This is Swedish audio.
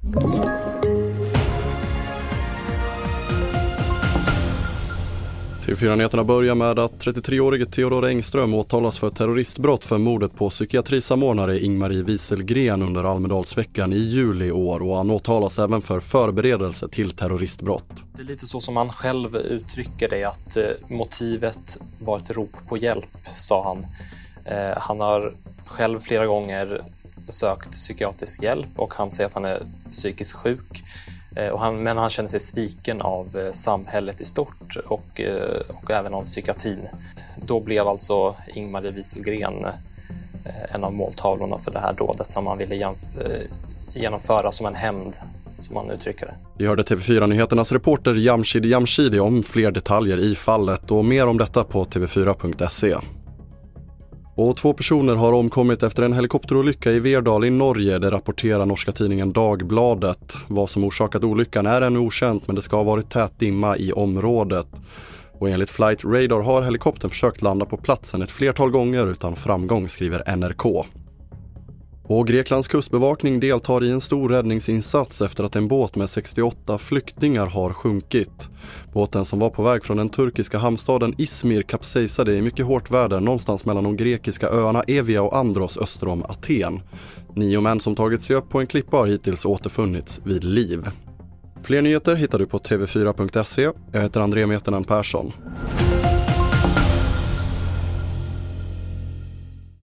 TV4-nyheterna börjar med att 33-årige Theodor Engström åtalas för terroristbrott för mordet på psykiatrisamordnare Ingmarie Wieselgren under Almedalsveckan i juli i år, och han åtalas även för förberedelse till terroristbrott. Det är lite så som han själv uttrycker det, att motivet var ett rop på hjälp, sa han. Han har själv flera gånger sökt psykiatrisk hjälp och han säger att han är psykiskt sjuk. Men han känner sig sviken av samhället i stort och även av psykiatrin. Då blev alltså Ingmarie Wieselgren en av måltavlorna för det här dådet som han ville genomföra som en hämnd, som man uttrycker det. Vi hörde TV4-nyheternas reporter Jamshid Jamshidi om fler detaljer i fallet, och mer om detta på tv4.se. Och 2 personer har omkommit efter en helikopterolycka i Verdal i Norge, det rapporterar norska tidningen Dagbladet. Vad som orsakat olyckan är ännu okänt, men det ska ha varit tät dimma i området. Och enligt Flight Radar har helikoptern försökt landa på platsen ett flertal gånger utan framgång, skriver NRK. Och Greklands kustbevakning deltar i en stor räddningsinsats efter att en båt med 68 flyktingar har sjunkit. Båten, som var på väg från den turkiska hamnstaden Izmir, kapsejsade i mycket hårt väder någonstans mellan de grekiska öarna Evia och Andros öster om Aten. 9 män som tagit sig upp på en klippa har hittills återfunnits vid liv. Fler nyheter hittar du på tv4.se. Jag heter André Metenen Persson.